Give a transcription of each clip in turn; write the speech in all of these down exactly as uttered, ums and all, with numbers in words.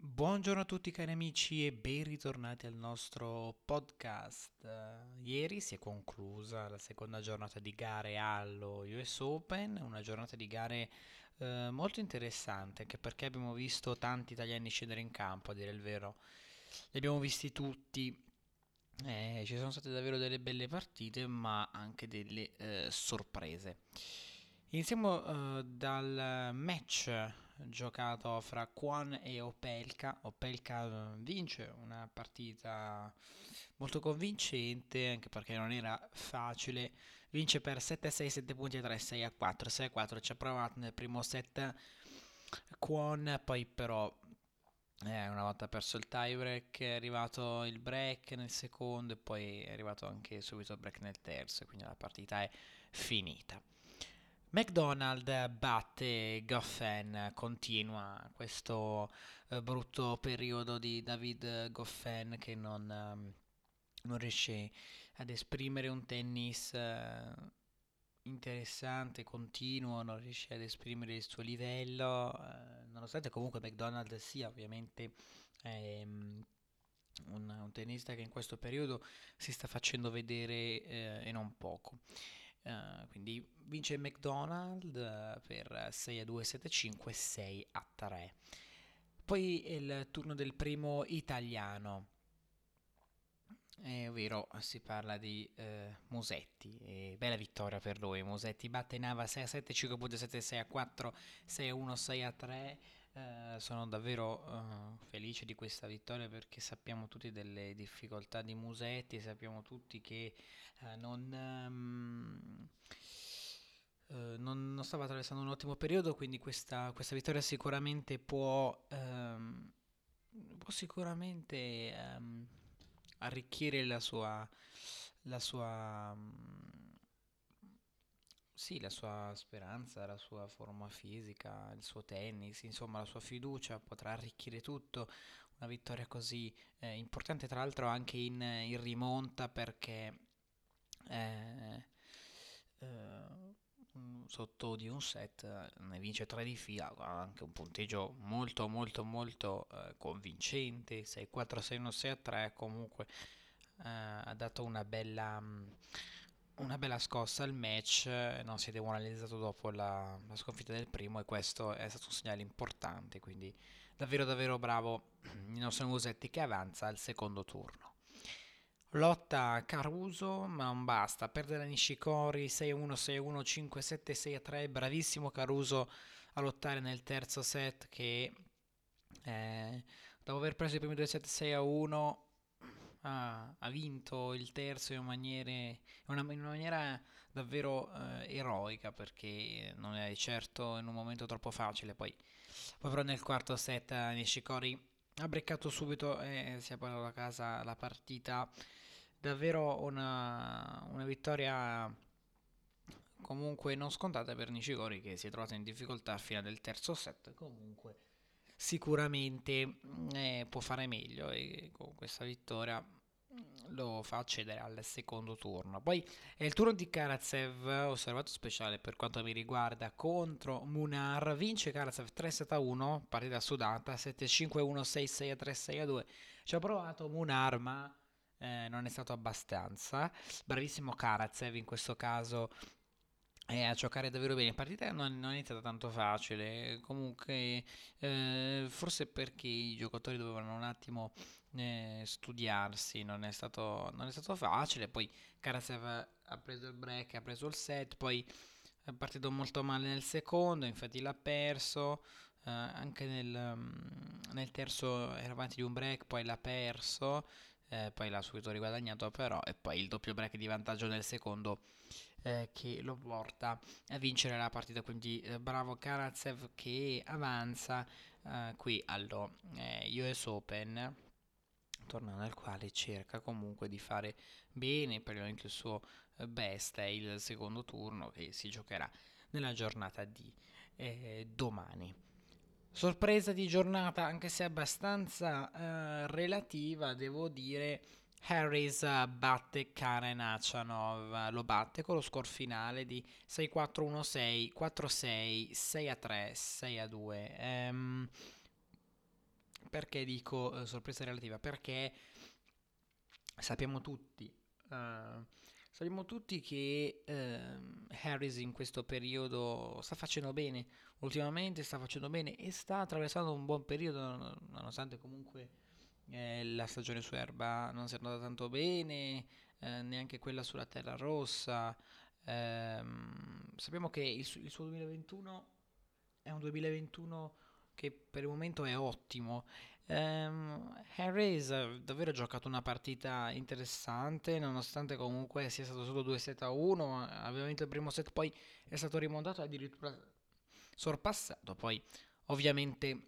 Buongiorno a tutti cari amici e ben ritornati al nostro podcast. Eh, Ieri si è conclusa la seconda giornata di gare allo U S Open, una giornata di gare eh, molto interessante, anche perché abbiamo visto tanti italiani scendere in campo, a dire il vero. Li abbiamo visti tutti, eh, ci sono state davvero delle belle partite, ma anche delle eh, sorprese. Iniziamo eh, dal match giocato fra Kwon e Opelka. Opelka eh, vince una partita molto convincente, anche perché non era facile. Vince per sette a sei, sette punti a tre, sei a quattro, sei a quattro. Ci ha provato nel primo set Kwon, poi però eh, una volta perso il tiebreak è arrivato il break nel secondo e poi è arrivato anche subito il break nel terzo, quindi la partita è finita. McDonald batte Goffin, continua questo eh, brutto periodo di David Goffin che non, ehm, non riesce ad esprimere un tennis eh, interessante, continuo, non riesce ad esprimere il suo livello, eh, nonostante comunque McDonald sia ovviamente ehm, un, un tennista che in questo periodo si sta facendo vedere eh, e non poco. Uh, quindi vince McDonald uh, per sei a due, sette a cinque, sei a tre. Poi è il turno del primo italiano, è vero, si parla di eh, Musetti, e bella vittoria per lui. Musetti batte Nava sei a sette, cinque punti sette, sei a quattro, sei a uno, sei a tre. Eh, sono davvero eh, felice di questa vittoria perché sappiamo tutti delle difficoltà di Musetti, sappiamo tutti che eh, non, ehm, eh, non, non stava attraversando un ottimo periodo, quindi questa, questa vittoria sicuramente può, ehm, può sicuramente ehm, arricchire la sua, la sua, mm, sì, la sua speranza, la sua forma fisica, il suo tennis, insomma la sua fiducia potrà arricchire tutto. Una vittoria così eh, importante, tra l'altro anche in, in rimonta perché eh, eh, mm, sotto di un set eh, ne vince tre di fila, ha anche un punteggio molto molto molto eh, convincente, sei a quattro, sei a uno, sei a tre, comunque eh, ha dato una bella, mm, una bella scossa al match, eh, non si è demoralizzato dopo la, la sconfitta del primo e questo è stato un segnale importante, quindi davvero davvero bravo il nostro Musetti che avanza al secondo turno. Lotta Caruso, ma non basta, perde la Nishikori sei a uno, sei a uno, cinque a sette, sei a tre, bravissimo Caruso a lottare nel terzo set che eh, dopo aver preso i primi due set sei a uno ha, ha vinto il terzo in, maniere, una, in una maniera davvero eh, eroica perché non è certo in un momento troppo facile. Poi, poi però nel quarto set eh, Nishikori ha breccato subito e si è portato a casa la partita. Davvero una, una vittoria comunque non scontata per Nishikori che si è trovato in difficoltà fino al terzo set. Comunque sicuramente mm, eh, può fare meglio e con questa vittoria mm, lo fa accedere al secondo turno. Poi è il turno di Karatsev, osservato speciale per quanto mi riguarda, contro Munar. Vince Karatsev tre sette a uno, partita sudata, sette cinque uno, sei sei a tre, sei a due. Ci ha provato Munar, ma eh, non è stato abbastanza. Bravissimo Karatsev in questo caso e a giocare davvero bene. La partita non, non è iniziata tanto facile, comunque eh, forse perché i giocatori dovevano un attimo eh, studiarsi, non è stato, non è stato facile, poi Karasev ha preso il break, ha preso il set, poi è partito molto male nel secondo, infatti l'ha perso, eh, anche nel, mm, nel terzo era avanti di un break, poi l'ha perso, eh, poi l'ha subito riguadagnato però, e poi il doppio break di vantaggio nel secondo eh, che lo porta a vincere la partita. Quindi eh, bravo Karatsev che avanza eh, qui allo eh, U S Open, tornando al quale cerca comunque di fare bene per il suo eh, best è il secondo turno che si giocherà nella giornata di eh, domani. Sorpresa di giornata, anche se abbastanza eh, relativa, devo dire. Harris eh, batte Karen Achanov, lo batte con lo score finale di sei quattro uno sei, quattro sei, sei a tre, sei a due. Ehm, Perché dico eh, sorpresa relativa? Perché sappiamo tutti, eh, sappiamo tutti che ehm, Harris in questo periodo sta facendo bene, ultimamente sta facendo bene e sta attraversando un buon periodo, non- nonostante comunque eh, la stagione su erba non sia andata tanto bene, eh, neanche quella sulla terra rossa. Ehm, sappiamo che il, su- il suo duemilaventuno è un duemilaventuno che per il momento è ottimo. Ehm, Harris ha davvero giocato una partita interessante, nonostante comunque sia stato solo due set a uno, aveva vinto il primo set, poi è stato rimontato e addirittura sorpassato. Poi ovviamente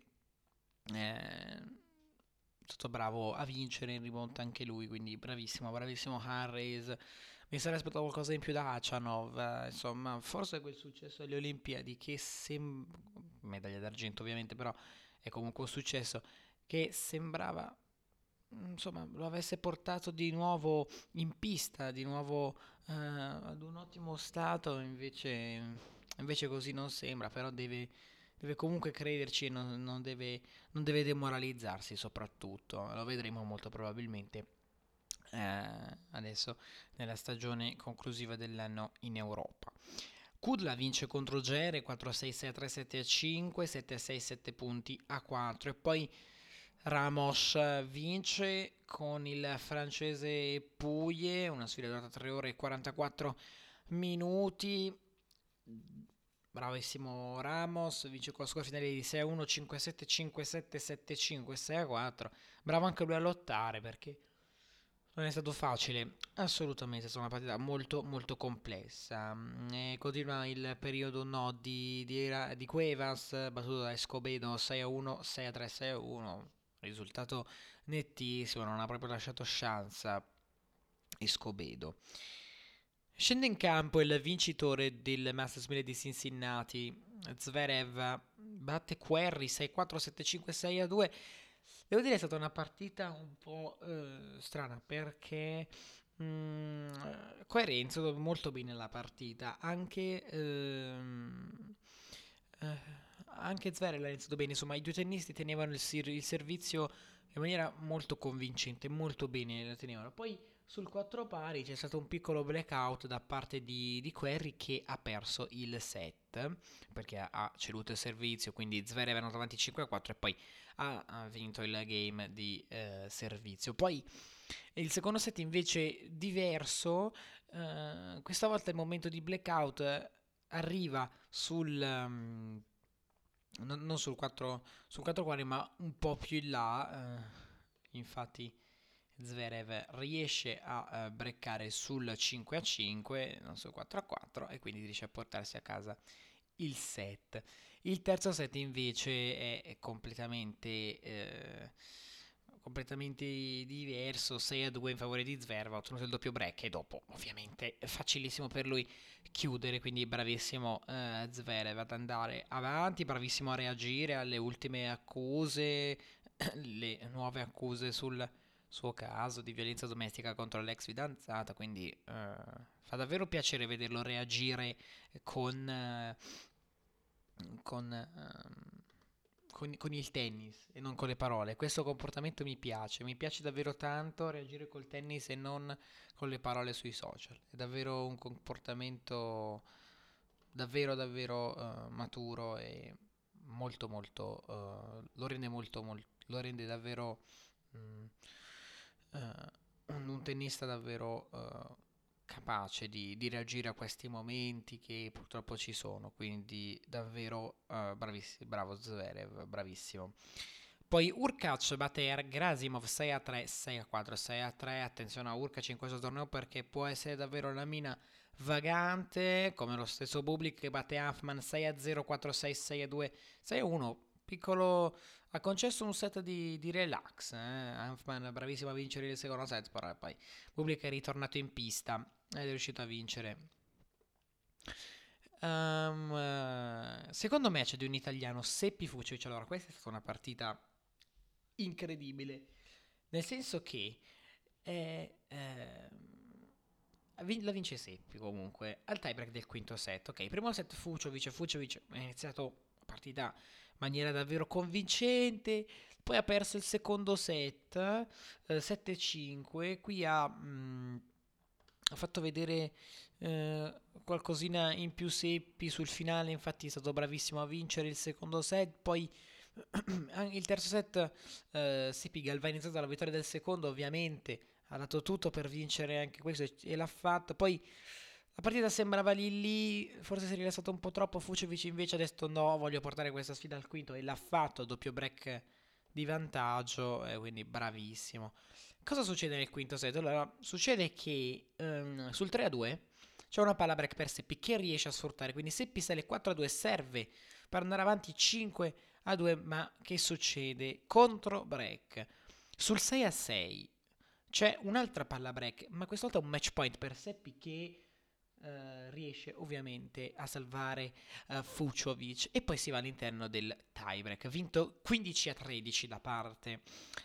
eh, è stato bravo a vincere in rimonta anche lui, quindi bravissimo, bravissimo Harris. Mi sarei aspettato qualcosa in più da Achanov, eh, insomma, forse quel successo alle Olimpiadi che sembra, medaglia d'argento ovviamente, però è comunque un successo che sembrava, insomma, lo avesse portato di nuovo in pista, di nuovo eh, ad un ottimo stato, invece, invece così non sembra, però deve, deve comunque crederci e non, non deve, non deve demoralizzarsi soprattutto, lo vedremo molto probabilmente eh, adesso nella stagione conclusiva dell'anno in Europa. Kudla vince contro Gere quattro a sei, sei a tre, sette a cinque, sette a sei, sette punti a quattro e poi Ramos vince con il francese Pouille, una sfida durata tre ore e quarantaquattro minuti. Bravissimo Ramos, vince con la score finale di sei a uno, cinque a sette, cinque a sette, sette a cinque, sei a quattro. Bravo anche lui a lottare perché non è stato facile, assolutamente, è stata una partita molto molto complessa. Mm, E continua il periodo no di, di, Ra- di Cuevas, battuto da Escobedo sei a uno, sei a tre, sei a uno. Risultato nettissimo, non ha proprio lasciato chance Escobedo. Scende in campo il vincitore del Masters mille di Cincinnati, Zverev, batte Querry sei a quattro, sette a cinque, sei a due. Devo dire è stata una partita un po' eh, strana perché mm, eh, Querry ha iniziato molto bene la partita, anche, ehm, eh, anche Zverev l'ha iniziato bene, insomma i due tennisti tenevano il, sir- il servizio in maniera molto convincente, molto bene la tenevano. Poi sul quattro pari c'è stato un piccolo blackout da parte di, di Querry che ha perso il set perché ha, ha ceduto il servizio, quindi Zverev è andato avanti cinque a quattro e poi ha, ha vinto il game di eh, servizio. Poi il secondo set invece diverso, eh, questa volta il momento di blackout eh, arriva sul... um, non, non sul quattro, sul quattro quadri ma un po' più in là, eh, infatti Zverev riesce a uh, breccare sul cinque a cinque, non sul quattro a quattro e quindi riesce a portarsi a casa il set. Il terzo set invece è, è completamente, eh, completamente diverso, sei a due in favore di Zverev, ha ottenuto il doppio break e dopo ovviamente è facilissimo per lui chiudere, quindi bravissimo eh, Zverev ad andare avanti, bravissimo a reagire alle ultime accuse, le nuove accuse sul suo caso di violenza domestica contro l'ex fidanzata, quindi eh, fa davvero piacere vederlo reagire con, eh, con, ehm, con, con il tennis e non con le parole. Questo comportamento mi piace, mi piace davvero tanto reagire col tennis e non con le parole sui social. È davvero un comportamento davvero davvero eh, maturo e molto molto eh, lo rende molto, molto lo rende davvero mm, eh, un, un tennista davvero eh, capace di, di reagire a questi momenti che purtroppo ci sono, quindi davvero eh, bravissimo, bravo Zverev, bravissimo. Poi Urkac batte Er Grasimov sei a tre, sei a quattro, sei a tre. Attenzione a Urkac in questo torneo perché può essere davvero la mina vagante, come lo stesso Bublik che batte Hanfman sei a zero, quattro a sei, sei a due, sei a uno. Piccolo, ha concesso un set di, di relax. Eh? Hanfman bravissimo a vincere il secondo set, però poi Bublik è ritornato in pista ed è riuscito a vincere. Um, eh, secondo match di un italiano, Seppi Fuciovic. Allora, questa è stata una partita incredibile, nel senso che eh, ehm, vin- la vince Seppi comunque al tiebreak del quinto set. Ok, primo set Fuciovic, Fuciovic ha iniziato la partita maniera davvero convincente. Poi ha perso il secondo set, eh, sette cinque. Qui ha, mh, ha fatto vedere eh, qualcosina in più Seppi sul finale, infatti è stato bravissimo a vincere il secondo set. Poi anche il terzo set, eh, Seppi galvanizzato dalla vittoria del secondo, ovviamente ha dato tutto per vincere anche questo e, e l'ha fatto. Poi la partita sembrava lì lì, forse si è rilassato un po' troppo. Fuciovic invece ha detto no, voglio portare questa sfida al quinto e l'ha fatto, doppio break di vantaggio, eh, quindi bravissimo. Cosa succede nel quinto set? Allora, succede che ehm, sul tre a due c'è una palla break per Seppi che riesce a sfruttare, quindi Seppi sale quattro a due, serve per andare avanti cinque a due, ma che succede? Contro break. Sul sei a sei c'è un'altra palla break, ma questa volta è un match point per Seppi che eh, riesce ovviamente a salvare eh, Fuciovic e poi si va all'interno del tiebreak, vinto quindici a tredici da parte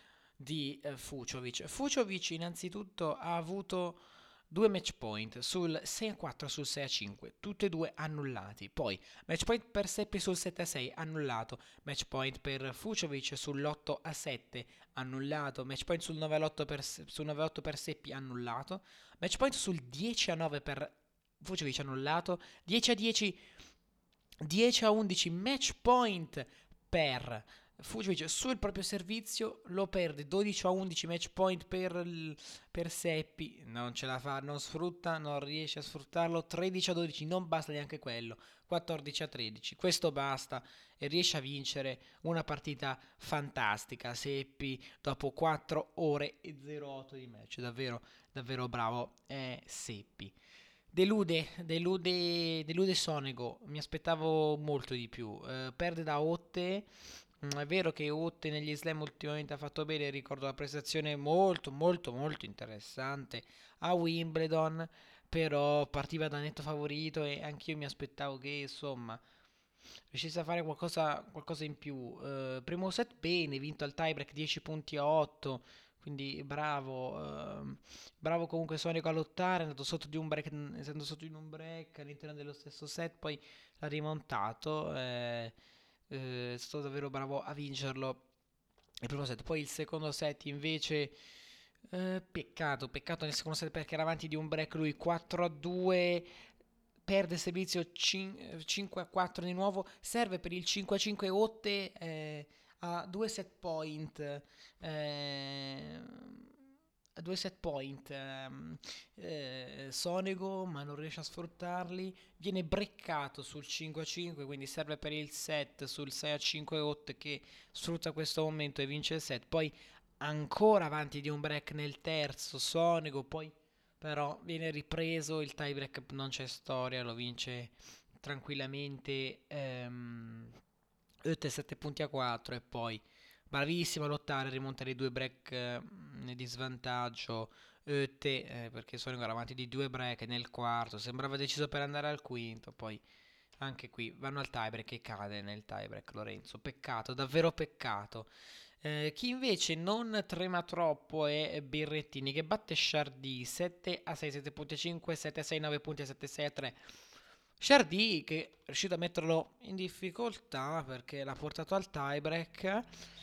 di eh, Fuciovic. Fuciovic innanzitutto ha avuto due match point sul sei a quattro e sul sei a cinque, tutti e due annullati. Poi match point per Seppi sul sette a sei, annullato. Match point per Fuciovic sull'otto a sette, annullato. Match point sul nove a otto per, sul nove a otto per Seppi, annullato. Match point sul dieci a nove per Vucevic, annullato. dieci a dieci, dieci a undici, match point per Vucevic sul proprio servizio, lo perde. Dodici a undici, match point per, il, per Seppi, non ce la fa, non sfrutta, non riesce a sfruttarlo. Tredici a dodici, non basta neanche quello. Quattordici a tredici, questo basta e riesce a vincere una partita fantastica. Seppi dopo quattro ore e zero otto di match, davvero davvero bravo è Seppi. Delude, delude, delude Sonego, mi aspettavo molto di più. Eh, perde da Otte. Mm, È vero che Otte negli slam ultimamente ha fatto bene, ricordo la prestazione molto molto molto interessante a Wimbledon, però partiva da netto favorito e anch'io mi aspettavo che insomma riuscisse a fare qualcosa, qualcosa in più. Eh, primo set bene, vinto al tiebreak dieci punti a otto, quindi bravo. ehm, bravo comunque Sonico a lottare, è andato sotto di un break, essendo sotto in un break all'interno dello stesso set, poi l'ha rimontato. eh, eh, è stato davvero bravo a vincerlo il primo set. Poi il secondo set invece, eh, peccato, peccato nel secondo set perché era avanti di un break lui quattro a due, perde servizio cinque a quattro di nuovo, serve per il cinque a cinque. Otte eh, a due set point, eh, a due set point ehm, eh, Sonego, ma non riesce a sfruttarli, viene breccato sul cinque a cinque, quindi serve per il set sul sei a cinque. Otte che sfrutta questo momento e vince il set. Poi ancora avanti di un break nel terzo Sonego, poi però viene ripreso, il tiebreak non c'è storia, lo vince tranquillamente ehm, Oette sette punti a quattro e poi bravissimo a lottare, a rimontare i due break eh, di svantaggio. Oette eh, perché sono ancora avanti di due break nel quarto, sembrava deciso per andare al quinto, poi anche qui vanno al tiebreak e cade nel tiebreak Lorenzo, peccato, davvero peccato. Eh, chi invece non trema troppo è Berrettini che batte Chardy sette a sei, sette punti a cinque, sette a sei, nove punti a sette, sei a tre. Chardy che è riuscito a metterlo in difficoltà perché l'ha portato al tiebreak.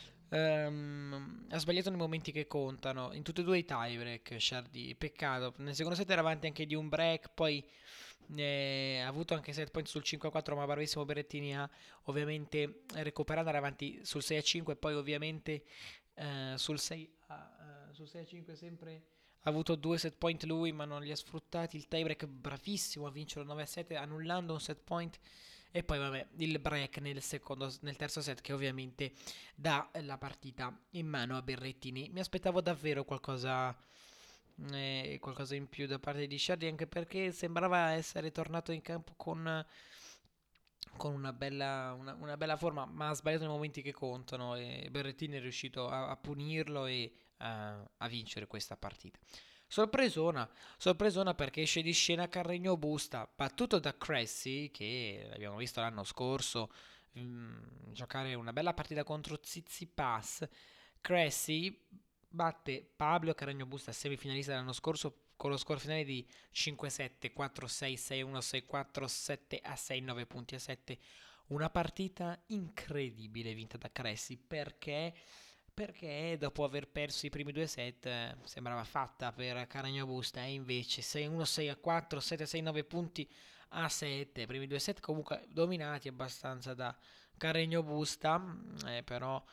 Ehm, ha sbagliato nei momenti che contano, in tutti e due i tiebreak. Chardy, peccato. Nel secondo set era avanti anche di un break, poi eh, ha avuto anche set point sul cinque a quattro, ma bravissimo Berrettini a ovviamente recuperare, andare avanti sul sei a cinque e poi ovviamente eh, sul sei a, eh, sul sei a cinque sempre ha avuto due set point lui ma non li ha sfruttati. Il tiebreak bravissimo a vincere nove a sette annullando un set point e poi vabbè il break nel, secondo, nel terzo set che ovviamente dà la partita in mano a Berrettini. Mi aspettavo davvero qualcosa eh, qualcosa in più da parte di Shardy, anche perché sembrava essere tornato in campo con, con una, bella, una, una bella forma, ma ha sbagliato nei momenti che contano e Berrettini è riuscito a, a punirlo e a, a vincere questa partita. Sorpresona, sorpresona perché esce di scena Carreño Busta, battuto da Cressy, che abbiamo visto l'anno scorso mh, giocare una bella partita contro Tsitsipas. Cressy batte Pablo Carreño Busta, semifinalista dell'anno scorso, con lo score finale di cinque a sette, quattro a sei, sei a uno, sei a quattro, sette a sei, nove punti a sette, Una partita incredibile vinta da Cressy perché, perché dopo aver perso i primi due set eh, sembrava fatta per Carreño Busta e invece sei a uno, sei a quattro, sette a sei, nove punti a sette. I primi due set comunque dominati abbastanza da Carreño Busta, mm, eh, però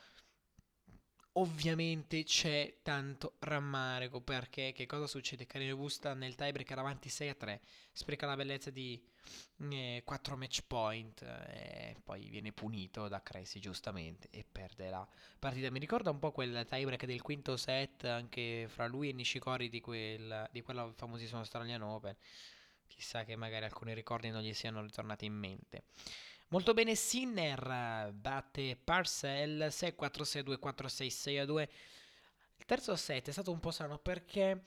ovviamente c'è tanto rammarico perché che cosa succede? Carino Busta nel tiebreak era avanti sei a tre, spreca la bellezza di eh, quattro match point eh, e poi viene punito da Cressy giustamente e perde la partita. Mi ricorda un po' quel tiebreak del quinto set anche fra lui e Nishikori di, quel, di quella famosissima Australian Open. Chissà che magari alcuni ricordi non gli siano ritornati in mente. Molto bene, Sinner batte Parcell sei a quattro, sei a due, quattro a sei, sei a due. Il terzo set è stato un po' strano perché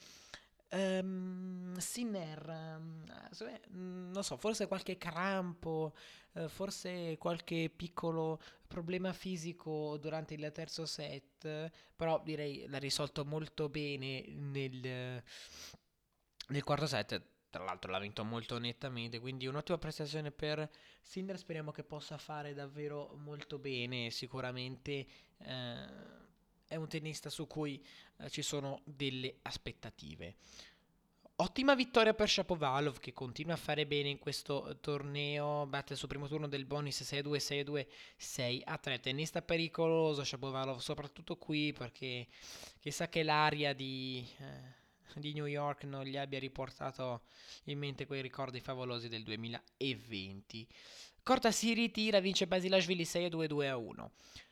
um, Sinner, um, non so, forse qualche crampo, uh, forse qualche piccolo problema fisico durante il terzo set, però direi l'ha risolto molto bene nel, nel quarto set. Tra l'altro l'ha vinto molto nettamente, quindi un'ottima prestazione per Sinner. Speriamo che possa fare davvero molto bene. Sicuramente eh, è un tennista su cui eh, ci sono delle aspettative. Ottima vittoria per Shapovalov che continua a fare bene in questo eh, torneo, batte sul primo turno del Bonis sei a due, sei a due, sei a tre. Tennista pericoloso Shapovalov, soprattutto qui perché chissà che l'aria di, eh, di New York non gli abbia riportato in mente quei ricordi favolosi del duemilaventi. Korda si ritira, vince Basilashvili sei a due, due a uno.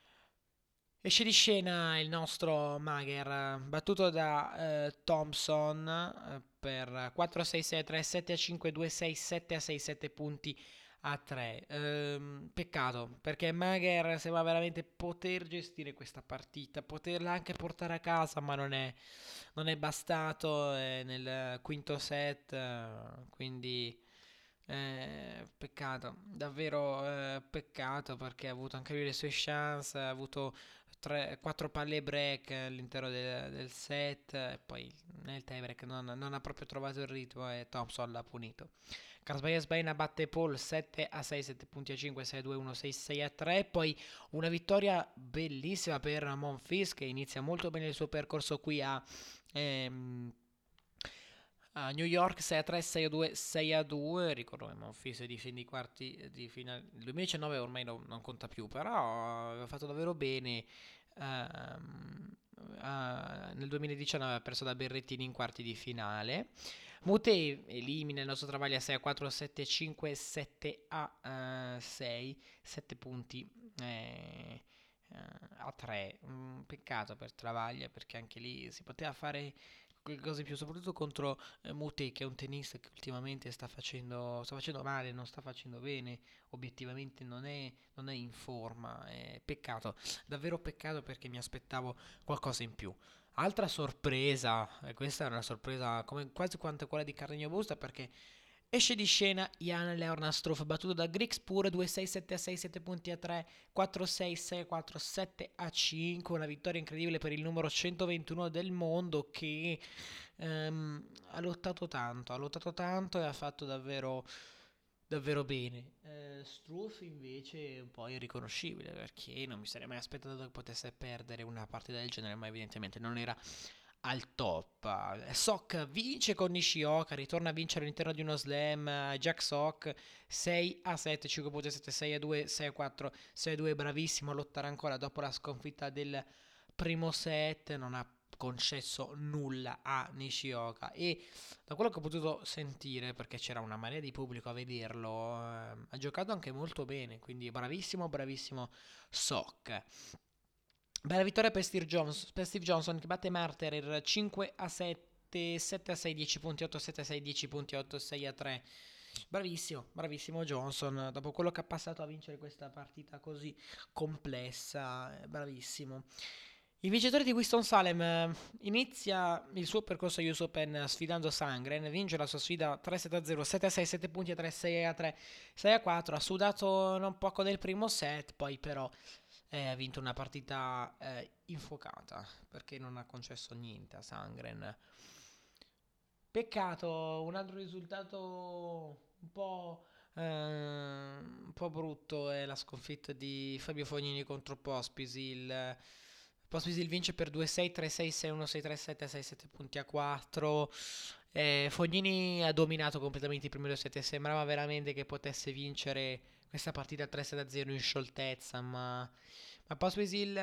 Esce di scena il nostro Mager, battuto da eh, Thompson eh, per quattro a sei, sei a tre, sette a cinque, due a sei, sette a sei, sette punti a tre. Ehm, peccato, perché Mager sembra veramente poter gestire questa partita, poterla anche portare a casa, ma non è, non è bastato eh, nel quinto set, eh, quindi eh, peccato, davvero eh, peccato perché ha avuto anche lui le sue chance, ha avuto tre, quattro palle break all'interno del, del set e poi nel tiebreak non, non ha proprio trovato il ritmo e Thompson l'ha punito. Karsbaia Sbaina batte Paul sette a sei, sette punti a cinque, sei a due, uno, sei, sei a tre. Poi una vittoria bellissima per Monfils che inizia molto bene il suo percorso qui a... Ehm, a New York sei a tre, sei a due, sei a due. Ricordo che Monfils di fin di quarti di finale. Il duemiladiciannove ormai non, non conta più, però aveva fatto davvero bene. ehm, eh, Nel duemiladiciannove ha perso da Berrettini in quarti di finale. Mute elimina il nostro Travaglia sei a quattro, sette a cinque, sette a sei, sette punti eh, eh, a tre. Un peccato per Travaglia perché anche lì si poteva fare qualcosa in più, soprattutto contro eh, Mute che è un tennista che ultimamente sta facendo, sta facendo male, non sta facendo bene, obiettivamente non è, non è in forma. È peccato, davvero peccato perché mi aspettavo qualcosa in più. Altra sorpresa, e questa è una sorpresa come quasi quanto quella di Carreño Busta perché esce di scena Jan Leornastrov battuto da Grigspur due a sei, sette a sei, sette punti a tre, quattro a sei, sei a quattro, sette a cinque. Una vittoria incredibile per il numero centoventuno del mondo che ehm, ha lottato tanto, ha lottato tanto e ha fatto davvero davvero bene. Eh, Struff invece è un po' irriconoscibile perché non mi sarei mai aspettato che potesse perdere una partita del genere, ma evidentemente non era al top. Eh, Sock vince con Nishioka, ritorna a vincere all'interno di uno slam. eh, Jack Sock sei a sette, cinque punti a sette, sei a due, sei a quattro, sei a due, bravissimo a lottare ancora dopo la sconfitta del primo set, non ha concesso nulla a Nishioka e da quello che ho potuto sentire, perché c'era una marea di pubblico a vederlo, eh, ha giocato anche molto bene, quindi bravissimo, bravissimo Sock. Bella vittoria per Steve, Jones, per Steve Johnson che batte Marterer cinque a sette, sette a sei, dieci punti otto, sette a sei, dieci punti otto, sei a tre. Bravissimo, bravissimo Johnson, dopo quello che ha passato a vincere questa partita così complessa, eh, bravissimo. Il vincitore di Winston-Salem eh, inizia il suo percorso a U S Open sfidando Sangren, vince la sua sfida tre sette a zero, sette a sei, sette punti a tre, sei a tre, sei a quattro, ha sudato non poco nel primo set, poi però eh, ha vinto una partita eh, infuocata perché non ha concesso niente a Sangren. Peccato, un altro risultato un po' Eh, un po' brutto è la sconfitta di Fabio Fognini contro Pospisil. Pospisil vince per due sei, tre sei, sei uno, sei tre, sette, sei sette punti a quattro. Eh, Fognini ha dominato completamente i primi due set. Sembrava veramente che potesse vincere questa partita tre sei a zero in scioltezza, ma, ma Pospisil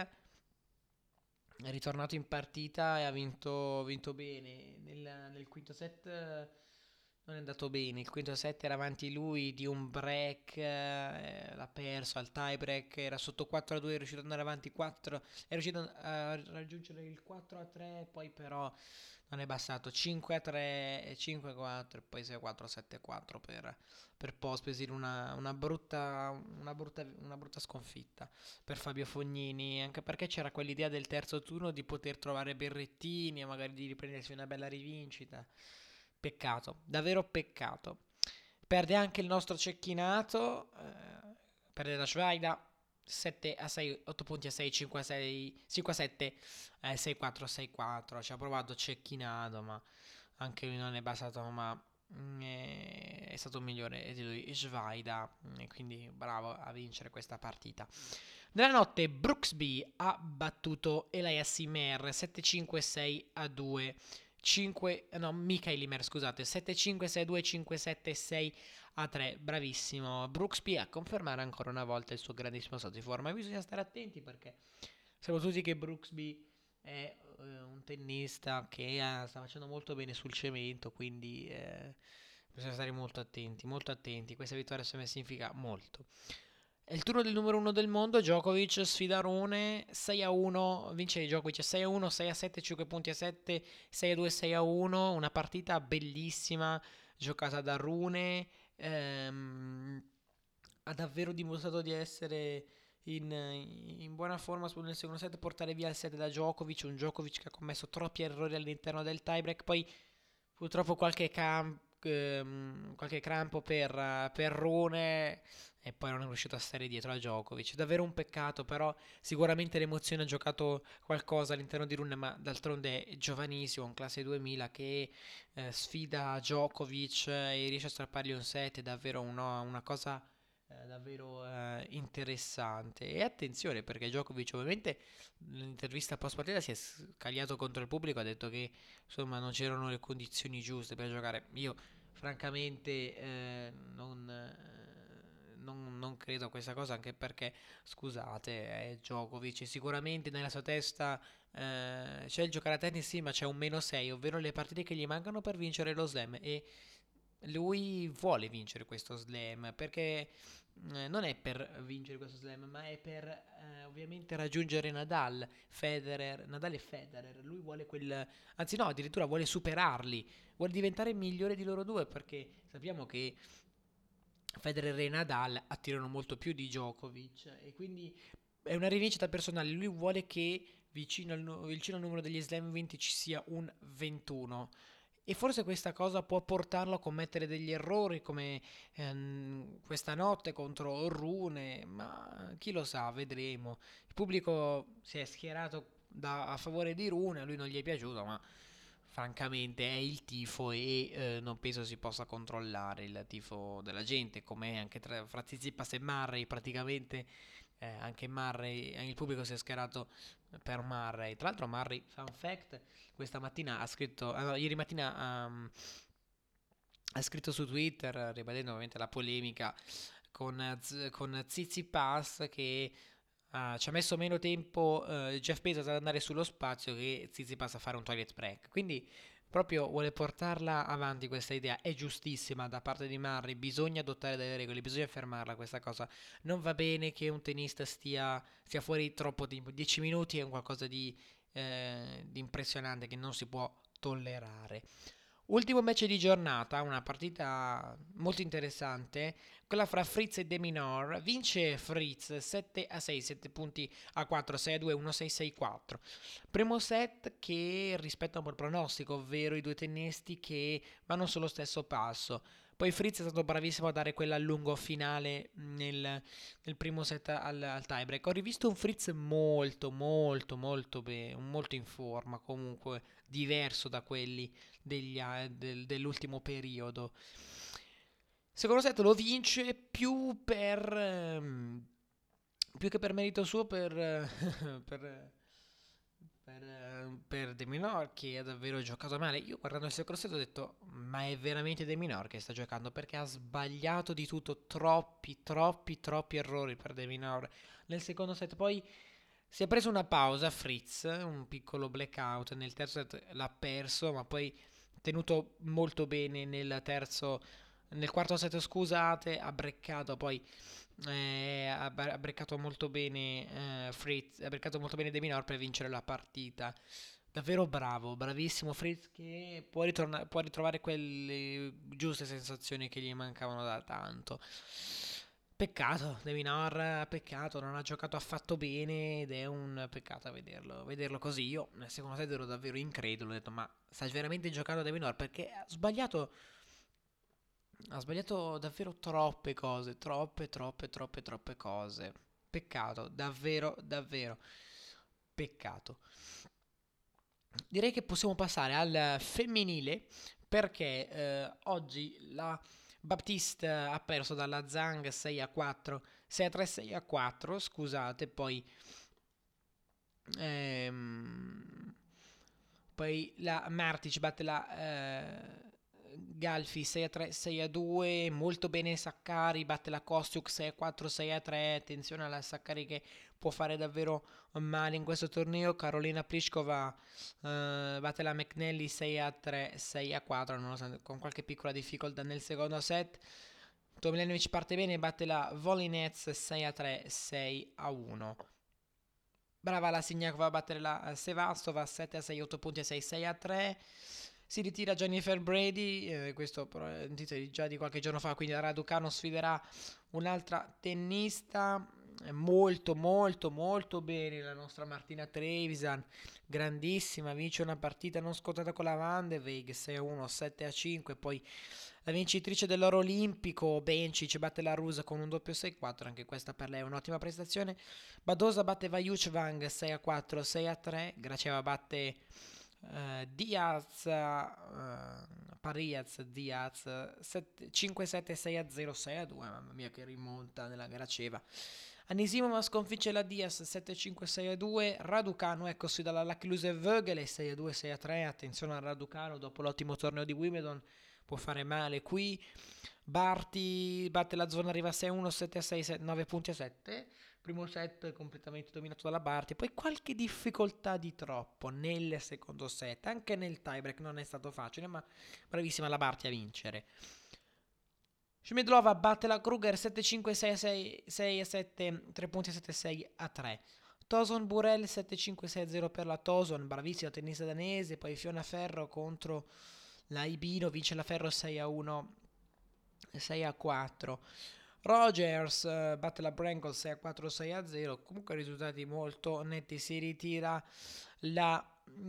è ritornato in partita e ha vinto, vinto bene. Nel, nel quinto set eh, non è andato bene. Il quinto set era avanti lui di un break, eh, l'ha perso al tie break. Era sotto quattro a due, è riuscito ad andare avanti quattro. È riuscito a raggiungere il quattro a tre, poi però non è bastato. cinque a tre e cinque a quattro e poi sei a quattro, sette a quattro per, per Pospisil. Una, una, brutta, una, brutta, una brutta sconfitta per Fabio Fognini, anche perché c'era quell'idea del terzo turno di poter trovare Berrettini e magari di riprendersi una bella rivincita. Peccato, davvero peccato. Perde anche il nostro cecchinato, eh, perde la Schweida sette a sei, otto punti a sei, cinque a sei, cinque a sette, eh, sei a quattro, sei a quattro. Ci ha provato cecchinato, ma anche lui non è bastato, ma mm, è, è stato migliore di lui Schweida, e quindi bravo a vincere questa partita. Nella notte Brooksby ha battuto Elias Ymer sette cinque sei a due. cinque, no, Michael Ymer, scusate, sette cinque sei a due, cinque sette sei a tre. Bravissimo Brooksby a confermare ancora una volta il suo grandissimo stato di forma. E bisogna stare attenti perché sappiamo tutti che Brooksby è uh, un tennista che uh, sta facendo molto bene sul cemento, quindi uh, bisogna stare molto attenti, molto attenti. Questa vittoria se me significa molto. È il turno del numero uno del mondo, Djokovic sfida Rune, sei a uno, vince Djokovic sei a uno, sei a sette, cinque punti a sette, sei a due, sei a uno, una partita bellissima giocata da Rune, ehm, ha davvero dimostrato di essere in, in buona forma nel secondo set, portare via il set da Djokovic, un Djokovic che ha commesso troppi errori all'interno del tiebreak, poi purtroppo qualche, cam- ehm, qualche crampo per, per Rune e poi non è riuscito a stare dietro a Djokovic. Davvero un peccato, però sicuramente l'emozione ha giocato qualcosa all'interno di Rune, ma d'altronde è giovanissimo, un classe duemila che eh, sfida Djokovic e riesce a strappargli un set, è davvero uno- una cosa eh, davvero eh, interessante. E attenzione perché Djokovic ovviamente nell'intervista post partita si è scagliato contro il pubblico, ha detto che insomma non c'erano le condizioni giuste per giocare. Io francamente eh, non, eh, non, non credo a questa cosa, anche perché scusate, è Djokovic, sicuramente nella sua testa eh, c'è il giocare a tennis, sì, ma c'è un meno sei, ovvero le partite che gli mancano per vincere lo slam, e lui vuole vincere questo slam perché eh, non è per vincere questo slam, ma è per eh, ovviamente raggiungere Nadal, Federer, Nadal e Federer. Lui vuole quel, anzi no, addirittura vuole superarli, vuole diventare migliore di loro due, perché sappiamo che Federer e Nadal attirano molto più di Djokovic e quindi è una rivincita personale. Lui vuole che vicino al, nu- vicino al numero degli slam vinti ci sia un ventuno. E forse questa cosa può portarlo a commettere degli errori come ehm, questa notte contro Rune, ma chi lo sa, vedremo. Il pubblico si è schierato da- a favore di Rune, a lui non gli è piaciuto, ma francamente è il tifo e eh, non penso si possa controllare il tifo della gente, come anche tra, fra Tsitsipas e Murray praticamente eh, anche Murray, il pubblico si è schierato per Murray. Tra l'altro Murray, fun fact, questa mattina ha scritto, ah no, ieri mattina um, ha scritto su Twitter, ribadendo ovviamente la polemica con, Z- con Tsitsipas che uh, ci ha messo meno tempo uh, Jeff Bezos ad andare sullo spazio che Tsitsipas a fare un toilet break. Quindi proprio vuole portarla avanti questa idea, è giustissima da parte di Murray, bisogna adottare delle regole, bisogna fermarla questa cosa. Non va bene che un tennista stia, stia fuori troppo tempo, dieci minuti è un qualcosa di, eh, di impressionante che non si può tollerare. Ultimo match di giornata, una partita molto interessante, quella fra Fritz e De Minaur. Vince Fritz sette a sei, sette punti a quattro, sei a due, uno sei, sei a quattro. Primo set che rispetta un po' il pronostico, ovvero i due tennisti che vanno sullo stesso passo. Poi Fritz è stato bravissimo a dare quella a lungo finale nel, nel primo set al, al tiebreak. Ho rivisto un Fritz molto, molto, molto bene, molto in forma, comunque diverso da quelli degli, del, dell'ultimo periodo. Secondo set lo vince più per ehm, più che per merito suo, per per per, eh, per De Minor, che ha davvero giocato male. Io guardando il secondo set ho detto, ma è veramente De Minor che sta giocando, perché ha sbagliato di tutto, troppi, troppi, troppi errori per De Minor nel secondo set. Poi si è preso una pausa Fritz, un piccolo blackout nel terzo set, l'ha perso, ma poi tenuto molto bene nel terzo, nel quarto set, scusate, ha breccato poi, eh, ha, ha breccato molto bene, eh, Fritz, ha breccato molto bene De Minor per vincere la partita. Davvero bravo, bravissimo Fritz, che può, ritorna- può ritrovare quelle giuste sensazioni che gli mancavano da tanto. Peccato, De Minor, peccato, non ha giocato affatto bene ed è un peccato a vederlo, vederlo così. Io nel secondo set ero davvero incredulo, ho detto ma sta veramente giocando De Minor, perché ha sbagliato, ha sbagliato davvero troppe cose, troppe, troppe, troppe, troppe cose. Peccato, davvero, davvero, peccato. Direi che possiamo passare al femminile, perché eh, oggi la Baptiste ha perso dalla Zhang sei a quattro, sei a tre, sei a quattro, scusate, poi ehm, poi la Martic batte la eh, Galfi sei a tre, sei a due, molto bene Sakkari, batte la Kostiuk sei a quattro, sei a tre, attenzione alla Sakkari che può fare davvero male in questo torneo. Carolina Pliskova eh, batte la McNally sei a tre, sei a quattro, nonostante con qualche piccola difficoltà nel secondo set. Tomljanovic parte bene, batte la Volinets sei a tre, sei a uno. Brava la Signac, va a battere la Sevastova sette a sei, otto punti a sei, sei a tre. Si ritira Jennifer Brady, eh, questo però è un titolo già di qualche giorno fa, quindi la Raducanu sfiderà un'altra tennista. Molto molto molto bene la nostra Martina Trevisan, grandissima, vince una partita non scontata con la Van de Veeg sei a uno, sette a cinque. Poi la vincitrice dell'oro olimpico Bencic batte la Rusa con un doppio sei a quattro, anche questa per lei è un'ottima prestazione. Badosa batte Vaiuchvang sei a quattro, sei a tre. Graceva batte eh, Diaz, eh, Pariaz, Diaz cinque sette, sei a zero, sei a due. Mamma mia che rimonta nella Graceva. Anisimova sconfigge la Diaz sette cinque, sei a due. Raducanu eccosi dalla Lachluse Vögele sei a due, sei a tre. Attenzione a Raducanu dopo l'ottimo torneo di Wimbledon, può fare male qui. Barty batte la zona, arriva a sei a uno, sette a sei, nove punti a sette. Primo set completamente dominato dalla Barty, poi qualche difficoltà di troppo nel secondo set, anche nel tiebreak non è stato facile, ma bravissima la Barty a vincere. Shmedlova batte la Kruger sette cinque, sei a sei, sei a sette, tre punti a sette, sei a tre. Toson Burel sette cinque, sei a zero per la Toson, bravissima tennista danese. Poi Fiona Ferro contro la Ibino, vince la Ferro sei a uno, sei a quattro. Rogers uh, batte la Brangle sei a quattro, sei a zero. Comunque risultati molto netti. Si ritira la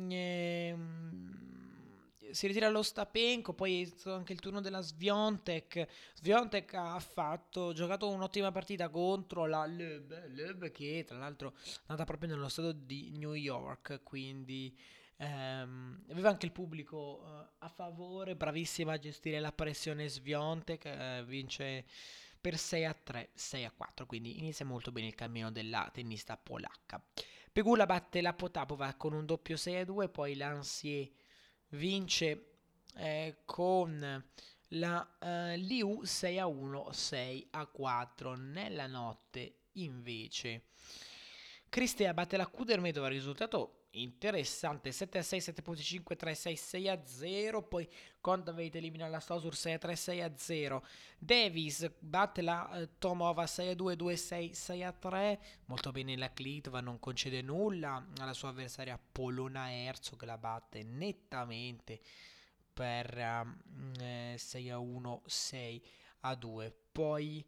ehm, si ritira lo Stapenko. Poi è stato anche il turno della Sviontek. Sviontek ha fatto giocato un'ottima partita contro la Loeb, Loeb che tra l'altro è nata proprio nello stato di New York, quindi ehm, aveva anche il pubblico uh, a favore. Bravissima a gestire la pressione Sviontek, uh, vince per sei a tre, sei a quattro, quindi inizia molto bene il cammino della tennista polacca. Pegula batte la Potapova con un doppio sei a due, poi Lancier vince eh, con la eh, Liu sei a uno, sei a quattro. Nella notte invece Cristea batte la Kudermetova, risultato interessante, sette a sei, sette punto cinque, tre a sei, sei a zero. Poi Kontaveit elimina la Stosur sei a tre, sei a zero. Davis batte la eh, Tomova sei a due, due a sei, sei a tre. Molto bene la Klitova, non concede nulla alla sua avversaria Polona Herzog, la batte nettamente per um, eh, sei a uno, sei a due. Poi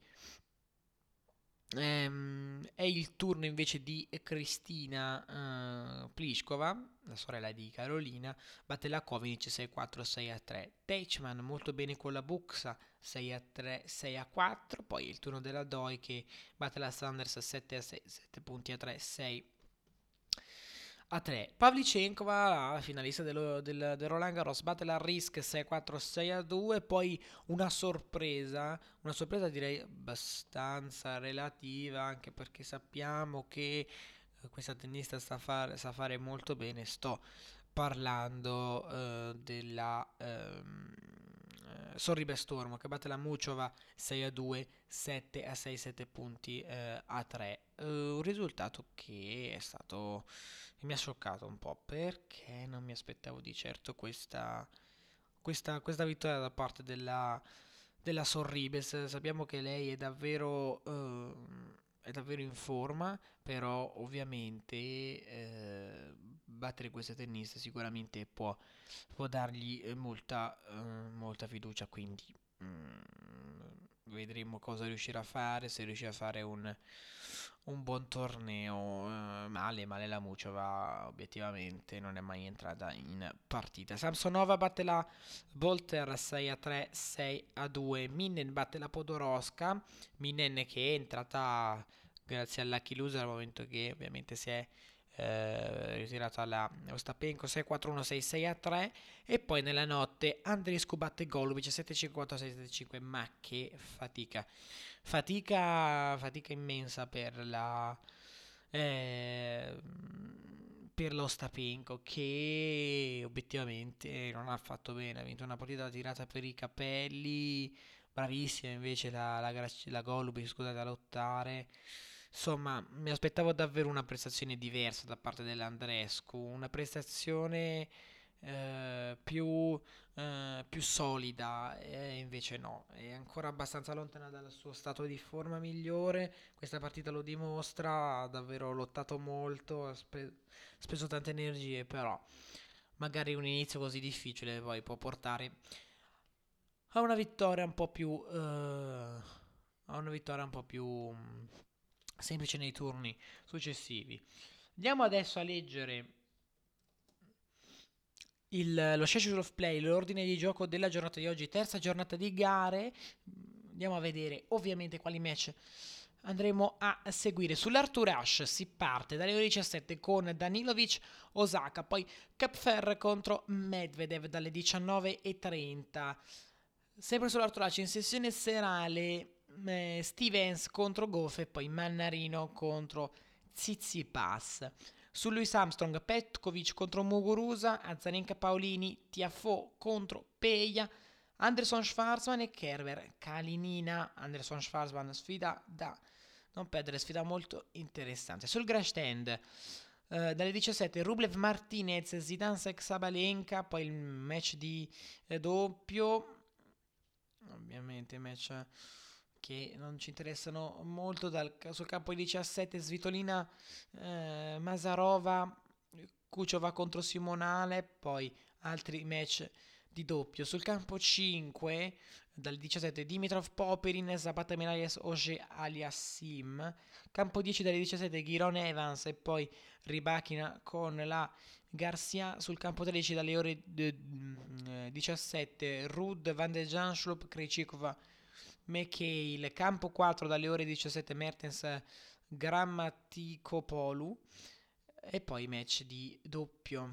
ehm, è il turno invece di Cristina eh, Pliskova, la sorella di Carolina, batte la Kovinic sei a quattro, sei a tre. Teichmann molto bene con la Buxa sei a tre, sei a quattro. Poi il turno della Doi che batte la Sanders sette a sei, sette punti a tre, sei a tre. Pavlyuchenkova, la finalista dello, del, del Roland Garros, batte la Risk sei a quattro sei a due. Poi una sorpresa, una sorpresa direi abbastanza relativa, anche perché sappiamo che eh, questa tennista sa fare, sa fare molto bene. Sto parlando eh, della ehm, eh, Sorribe Stormo, che batte la Mucciova sei a due, sette a sei, sette punti eh, a tre. Eh, un risultato che è stato che mi ha scioccato un po', perché non mi aspettavo di certo questa, questa, questa vittoria da parte della, della Sorribes. Sappiamo che lei è davvero, ehm, è davvero in forma, però ovviamente eh, battere queste tenniste sicuramente può, può dargli eh, molta, eh, molta fiducia, quindi mm, vedremo cosa riuscirà a fare, se riuscirà a fare un, un buon torneo. Eh, male, male la Mucciova obiettivamente non è mai entrata in partita. Samsonova batte la Volter sei a tre, sei a due. Minen batte la Podoroska. Minen che è entrata grazie alla Lucky Loser al momento che ovviamente si è eh, ritirata la Ostapenko sei a quattro uno sei sei a tre. E poi nella notte Andreescu batte Golubic sette a cinque quattro sei sette a cinque. Ma che fatica, fatica, fatica immensa per la eh, per lo Ostapenko, che obiettivamente non ha fatto bene. Ha vinto una partita tirata per i capelli. Bravissima invece la, la, Grac- la Golubic, scusate, a lottare. Insomma, mi aspettavo davvero una prestazione diversa da parte dell'Andrescu, una prestazione eh, più, eh, più solida, e invece no, è ancora abbastanza lontana dal suo stato di forma migliore. Questa partita lo dimostra, ha davvero lottato molto, ha spe- speso tante energie, però magari un inizio così difficile poi può portare a una vittoria un po' più... eh, a una vittoria un po' più mm, semplice nei turni successivi. Andiamo adesso a leggere il, lo schedule of play, l'ordine di gioco della giornata di oggi, terza giornata di gare. Andiamo a vedere ovviamente quali match andremo a seguire. Sull'Arthur Ashe si parte dalle ore diciassette con Danilovic Osaka, poi Kepfer contro Medvedev dalle diciannove e trenta. Sempre sull'Arthur Ashe in sessione serale eh, Stevens contro Goff e poi Mannarino contro Tsitsipas. Su Louis Armstrong, Petkovic contro Muguruza, Azarenka Paolini, Tiafoe contro Peja, Anderson Schwarzman e Kerber Kalinina. Anderson Schwarzman, sfida da non perdere, sfida molto interessante. Sul grandstand eh, dalle diciassette Rublev Martinez, Zidansek Sabalenka, poi il match di eh, doppio, ovviamente match che non ci interessano molto. Dal, sul campo diciassette Svitolina eh, Masarova, Kuchova contro Simonale, poi altri match di doppio. Sul campo cinque dal diciassette Dimitrov Popperin, Zapata Miralles Oje Aliassim. Campo dieci dalle diciassette Giron Evans e poi Ribachina con la Garcia. Sul campo tredici dalle ore diciassette Rud, Van de Janschlup, Krejcikova, McHale. Campo quattro dalle ore diciassette Mertens, Grammaticopolu. E poi match di doppio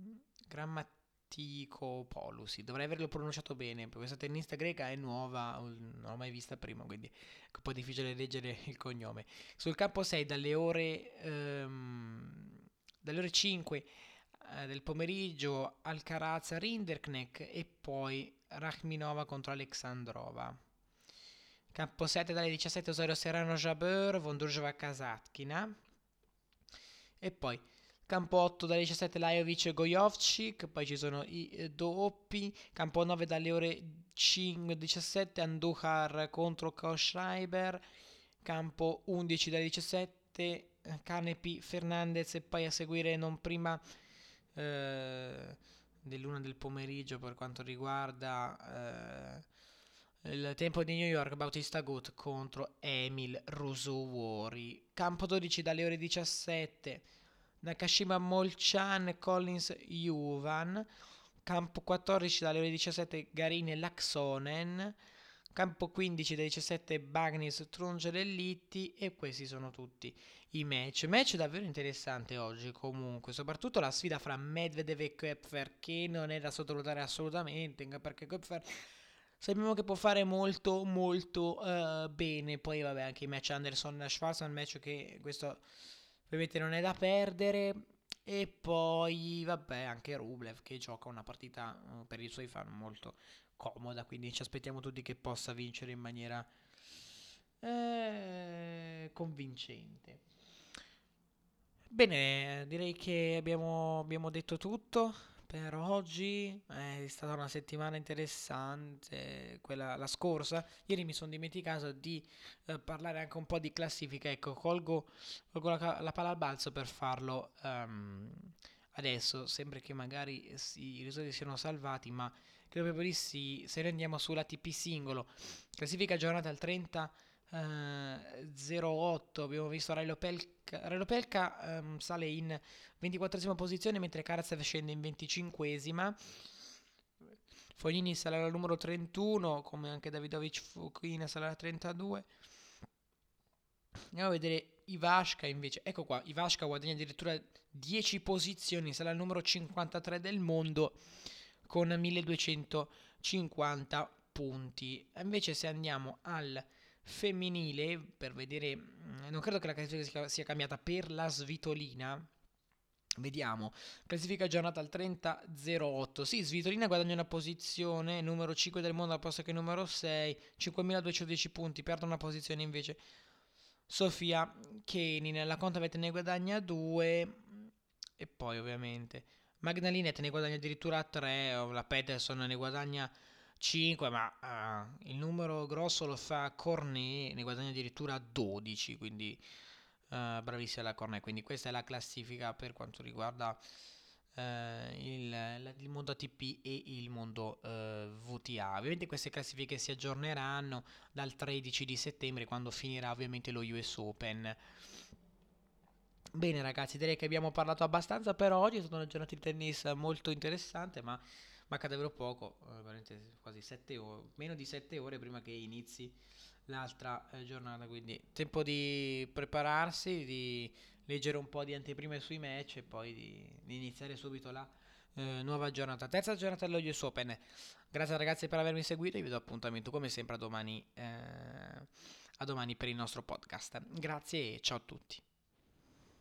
Grammaticopolu, sì, dovrei averlo pronunciato bene, questa tennista greca è nuova, non l'ho mai vista prima, quindi è un po' difficile leggere il cognome. Sul campo sei dalle ore ehm, dalle ore cinque eh, del pomeriggio Alcaraz Rinderknecht e poi Rachminova contro Alexandrova. Campo sette dalle diciassette Osorio Serrano Jabeur, Vondrousova Kasatkina. E poi campo otto dalle diciassette Lajovic e Gojovcic, poi ci sono i eh, doppi. Campo nove dalle ore cinque, diciassette Andujar contro Kohlschreiber. Campo undici dalle diciassette Canepi Fernandez e poi a seguire non prima eh, dell'una del pomeriggio per quanto riguarda eh, il tempo di New York Bautista Agut contro Emil Rusuwori. Campo dodici dalle ore diciassette Nakashima Molchan Collins Juvan. Campo quattordici dalle ore diciassette Garin Laxonen. campo quindici dai diciassette Bagnis Trungelliti, e questi sono tutti i match. Match davvero interessante oggi comunque, soprattutto la sfida fra Medvedev e Koepfer, che non è da sottovalutare assolutamente, perché Koepfer sappiamo che può fare molto molto uh, bene. Poi vabbè, anche i match Anderson-Schwarz, un match che questo ovviamente non è da perdere. E poi vabbè, anche Rublev che gioca una partita uh, per i suoi fan molto comoda, quindi ci aspettiamo tutti che possa vincere in maniera eh, convincente. Bene, direi che abbiamo, abbiamo detto tutto per oggi. È stata una settimana interessante, quella la scorsa. Ieri mi sono dimenticato di eh, parlare anche un po' di classifica. Ecco, colgo, colgo la, la palla al balzo per farlo ehm, adesso, sempre che magari si, i risultati siano salvati, ma credo proprio di sì. Se noi andiamo sull'A T P singolo, classifica aggiornata al trenta zero otto, abbiamo visto Railo Pelka, Railo Pelka ehm, sale in ventiquattresima posizione, mentre Karatsev scende in venticinquesima. Fognini sale al numero trentuno, come anche Davidovic Fukina sale alla trentadue. Andiamo a vedere Ivashka invece. Ecco qua, Ivashka guadagna addirittura dieci posizioni, sale al numero cinquantatré del mondo con milleduecentocinquanta punti. Invece se andiamo al femminile, per vedere, non credo che la classifica sia cambiata per la Svitolina. Vediamo, classifica aggiornata al trenta zero otto. Sì, Svitolina guadagna una posizione, numero cinque del mondo al posto che numero sei, cinquemiladuecentodieci punti, perde una posizione invece Sofia Kenin. La Contavet ne guadagna due, e poi ovviamente Magnalinette ne guadagna addirittura tre, la Peterson ne guadagna cinque, ma uh, il numero grosso lo fa Cornet, ne guadagna addirittura dodici, quindi uh, bravissima la Cornet. Quindi questa è la classifica per quanto riguarda uh, il, il mondo A T P e il mondo uh, V T A. Ovviamente queste classifiche si aggiorneranno dal tredici di settembre, quando finirà ovviamente lo U S Open. Bene ragazzi, direi che abbiamo parlato abbastanza per oggi. È stata una giornata di tennis molto interessante, ma manca davvero poco, eh, quasi sette ore, meno di sette ore prima che inizi l'altra eh, giornata, quindi tempo di prepararsi, di leggere un po' di anteprime sui match e poi di, di iniziare subito la eh, nuova giornata, terza giornata dello U S Open. Grazie ragazzi per avermi seguito, vi do appuntamento come sempre a domani, eh, a domani per il nostro podcast. Grazie e ciao a tutti.